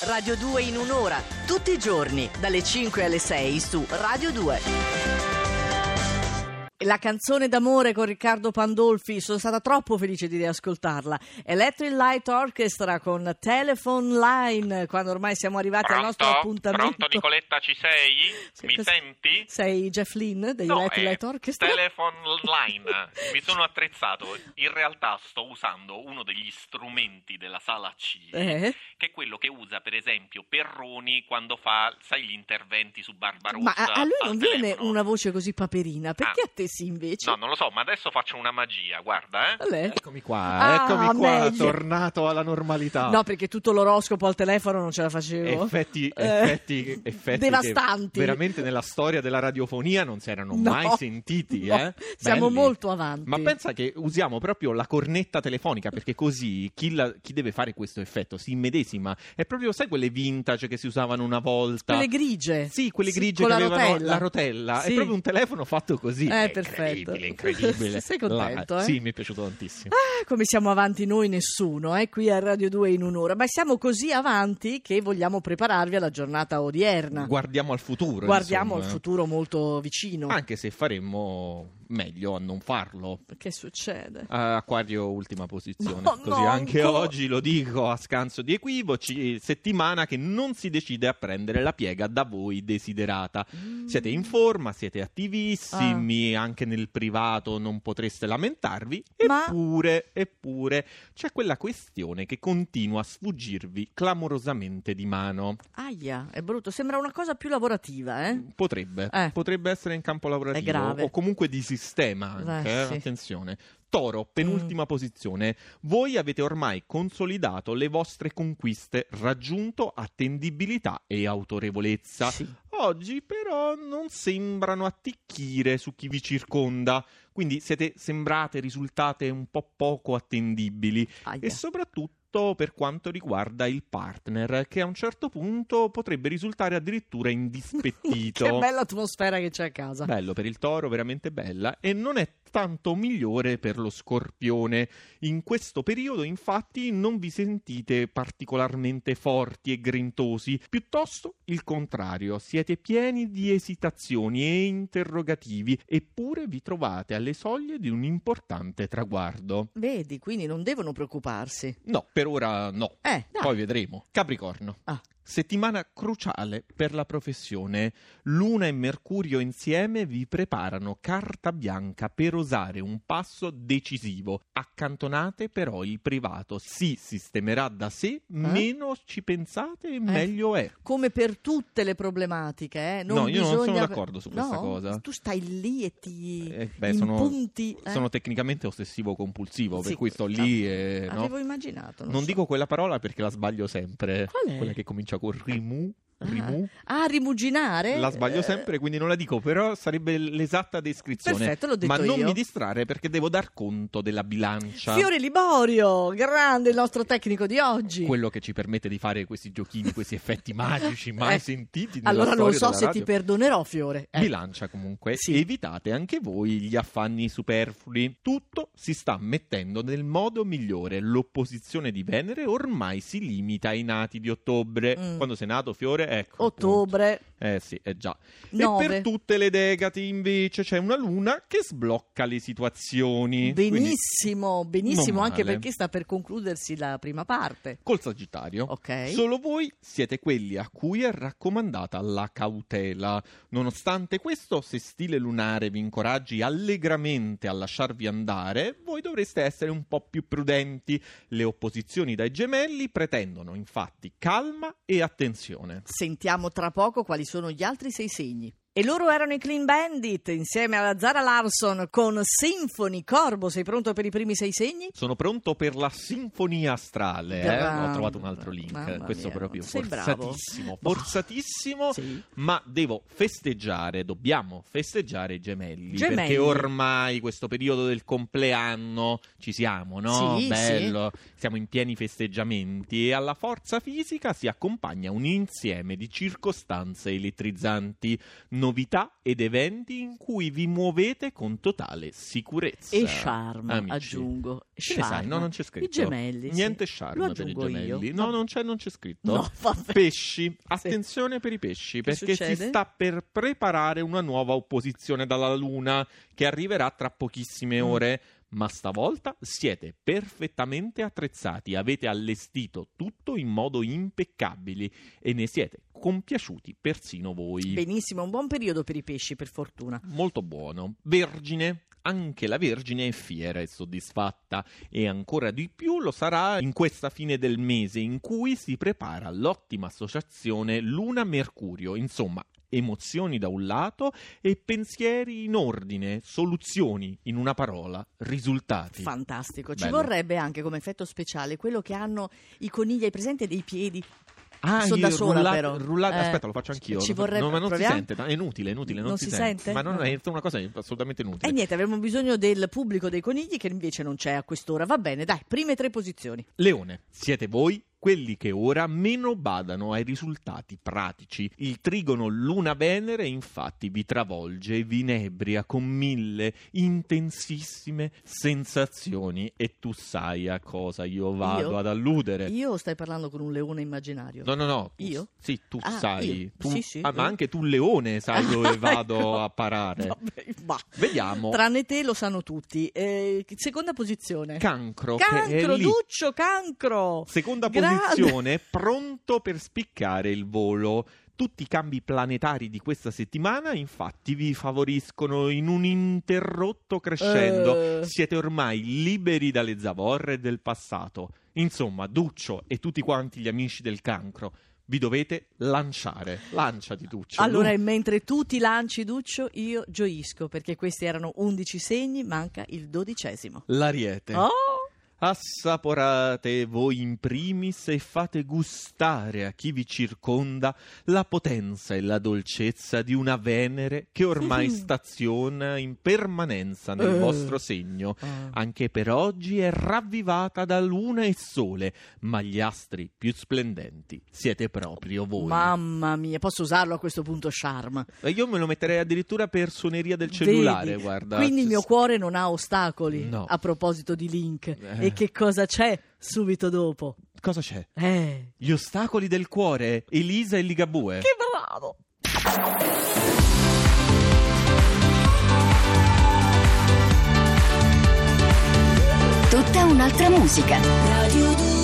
Radio 2 in un'ora, tutti i giorni, dalle 5 alle 6 su Radio 2. La canzone d'amore con Riccardo Pandolfi, sono stata troppo felice di riascoltarla. Electric Light Orchestra con Telephone Line, quando ormai siamo arrivati al nostro appuntamento. Pronto Nicoletta, ci sei? Mi senti? Sei Jeff Lynne degli Electric Light Orchestra? Telephone Line, mi sono attrezzato. In realtà sto usando uno degli strumenti della sala C, che è quello che usa per esempio Perroni quando fa, sai, gli interventi su Barbarossa. Ma a lui non viene telefono. una voce così paperina, perché a te sì invece? No, non lo so, ma adesso faccio una magia, guarda. Eccomi qua, meglio. tornato alla normalità. No, perché tutto l'oroscopo al telefono non ce la facevo. Effetti devastanti. Che veramente nella storia della radiofonia non si erano mai sentiti. No, siamo Belli. molto avanti. Ma pensa che usiamo proprio la cornetta telefonica, perché così chi deve fare questo effetto si immedesima. È proprio, sai, quelle vintage che si usavano una volta? Quelle grigie. Sì, quelle grigie con che la avevano rotella. la rotella. Sì. È proprio un telefono fatto così. Perfetto. Incredibile. Sei contento, Sì, mi è piaciuto tantissimo. Come siamo avanti noi nessuno, qui a Radio 2 in un'ora. Ma siamo così avanti che vogliamo prepararvi alla giornata odierna. Guardiamo al futuro. Guardiamo insomma. al futuro molto vicino. Anche se faremmo meglio a non farlo. Che succede? Acquario ultima posizione. No, Così no, anche ancora. oggi lo dico a scanso di equivoci. Settimana che non si decide a prendere la piega da voi desiderata. Siete in forma, siete attivissimi, anche nel privato non potreste lamentarvi. Eppure c'è quella questione che continua a sfuggirvi clamorosamente di mano. Aia, è brutto, sembra una cosa più lavorativa, Potrebbe essere in campo lavorativo. È grave. O comunque di sistema anche, Sì. attenzione. Toro, penultima posizione. Voi avete ormai consolidato le vostre conquiste, raggiunto attendibilità e autorevolezza. Sì. Oggi però non sembrano atticchire su chi vi circonda, quindi risultate un po' poco attendibili. Aia. E soprattutto per quanto riguarda il partner, che a un certo punto potrebbe risultare addirittura indispettito. Che bella atmosfera che c'è a casa. Bello per il Toro, veramente bella, e non è tanto migliore per lo Scorpione. In questo periodo, infatti, non vi sentite particolarmente forti e grintosi, piuttosto il contrario, siete pieni di esitazioni e interrogativi, eppure vi trovate alle soglie di un importante traguardo. Vedi, quindi non devono preoccuparsi. No, per ora no. Dai. Poi vedremo. Capricorno. Ah. Settimana cruciale per la professione. Luna e Mercurio insieme vi preparano carta bianca per osare un passo decisivo. Accantonate però il privato. Si sistemerà da sé, meno ci pensate e meglio è. Come per tutte le problematiche, No, io non sono d'accordo su questa cosa. Tu stai lì e ti impunti. impunti. Sono tecnicamente ossessivo-compulsivo, Sì, per cui sto lì e... no? Avevo immaginato. Non so. dico quella parola perché la sbaglio sempre. Qual è? Quella che comincia con rimu. Rimuginare? La sbaglio sempre, quindi non la dico, però sarebbe l'esatta descrizione. Perfetto, l'ho detto Ma non io. mi distrarre perché devo dar conto della bilancia. Fiore Liborio, grande il nostro tecnico di oggi. Quello che ci permette di fare questi giochini, questi effetti magici mai sentiti nella allora storia non so della se radio. ti perdonerò, Fiore. Bilancia comunque, Sì. evitate anche voi gli affanni superflui. Tutto si sta mettendo nel modo migliore. L'opposizione di Venere ormai si limita ai nati di ottobre. Quando sei nato, Fiore? Ecco, Ottobre. sì, è già. 9. E per tutte le Decati invece c'è una luna che sblocca le situazioni. Benissimo, benissimo, non anche male. perché sta per concludersi la prima parte. Col Sagittario. Ok. Solo voi siete quelli a cui è raccomandata la cautela. Nonostante questo, se stile lunare vi incoraggi allegramente a lasciarvi andare, voi dovreste essere un po' più prudenti. Le opposizioni dai Gemelli pretendono infatti calma e attenzione. Sentiamo tra poco quali sono gli altri 6 segni. E loro erano i Clean Bandit insieme alla Zara Larsson con Symphony. Corbo, sei pronto per i primi 6 segni? Sono pronto per la sinfonia astrale. Grande. Ho trovato un altro link. Mamma Questo mia, proprio sei forzatissimo. bravo. Forzatissimo. Sì. Ma devo festeggiare, dobbiamo festeggiare i gemelli. Gemelli. Perché ormai questo periodo del compleanno ci siamo, no? Sì, Bello. Siamo in pieni festeggiamenti e alla forza fisica si accompagna un insieme di circostanze elettrizzanti. novità ed eventi in cui vi muovete con totale sicurezza. E charme, amici. aggiungo. Che ne sai? No, non c'è scritto. I gemelli. Niente sì. charme per i gemelli. Io. No, non c'è scritto. No, vabbè. Pesci. Attenzione per i pesci, perché succede? si sta per preparare una nuova opposizione dalla Luna che arriverà tra pochissime ore. Ma stavolta siete perfettamente attrezzati, avete allestito tutto in modo impeccabile e ne siete compiaciuti persino voi. Benissimo, un buon periodo per i pesci, per fortuna. Molto buono. Vergine. Anche la Vergine è fiera e soddisfatta, e ancora di più lo sarà in questa fine del mese in cui si prepara l'ottima associazione Luna-Mercurio. Insomma, emozioni da un lato e pensieri in ordine, soluzioni, in una parola, risultati. Fantastico. Ci Bello. vorrebbe anche come effetto speciale quello che hanno i conigli, hai presente, dei piedi? Ah, Sono da sola, però. Aspetta, lo faccio anch'io. Ci vorrebbe, no, ma non proviamo? si sente, è inutile, non si sente? Ma non No. è una cosa assolutamente inutile. E niente, avremo bisogno del pubblico dei conigli che invece non c'è a quest'ora. Va bene, dai, prime 3 posizioni. Leone, siete voi quelli che ora meno badano ai risultati pratici. Il trigono Luna-Venere infatti vi travolge e vi inebria con 1000 intensissime sensazioni, e tu sai a cosa io vado Io? ad alludere. Io stai parlando con un leone immaginario? No. Io? Sì, tu Ah, sai. io? Tu, Sì, ma anche tu, leone, sai dove vado a parare. Vabbè, bah. Vediamo. Tranne te lo sanno tutti. Seconda posizione. Cancro, che è Cancro, lì. Duccio, cancro. Seconda Grande. posizione, pronto per spiccare il volo. Tutti i cambi planetari di questa settimana, infatti, vi favoriscono in un interrotto crescendo. Siete ormai liberi dalle zavorre del passato. Insomma, Duccio e tutti quanti gli amici del Cancro, vi dovete lanciare. Lanciati, Duccio. Allora, e mentre tu ti lanci, Duccio, io gioisco, perché questi erano 11 segni, manca il 12°. L'Ariete. Oh! Assaporate voi in primis e fate gustare a chi vi circonda la potenza e la dolcezza di una Venere che ormai staziona in permanenza nel vostro segno. Anche per oggi è ravvivata da luna e sole, ma gli astri più splendenti siete proprio voi. Mamma mia, posso usarlo a questo punto, charme? E io me lo metterei addirittura per suoneria del cellulare. Vedi? Guarda. Quindi il mio cuore non ha ostacoli. No. A proposito di Link. E che cosa c'è subito dopo? Cosa c'è? Eh, Gli ostacoli del cuore, Elisa e Ligabue. che bravo! Tutta un'altra musica. Radio 2.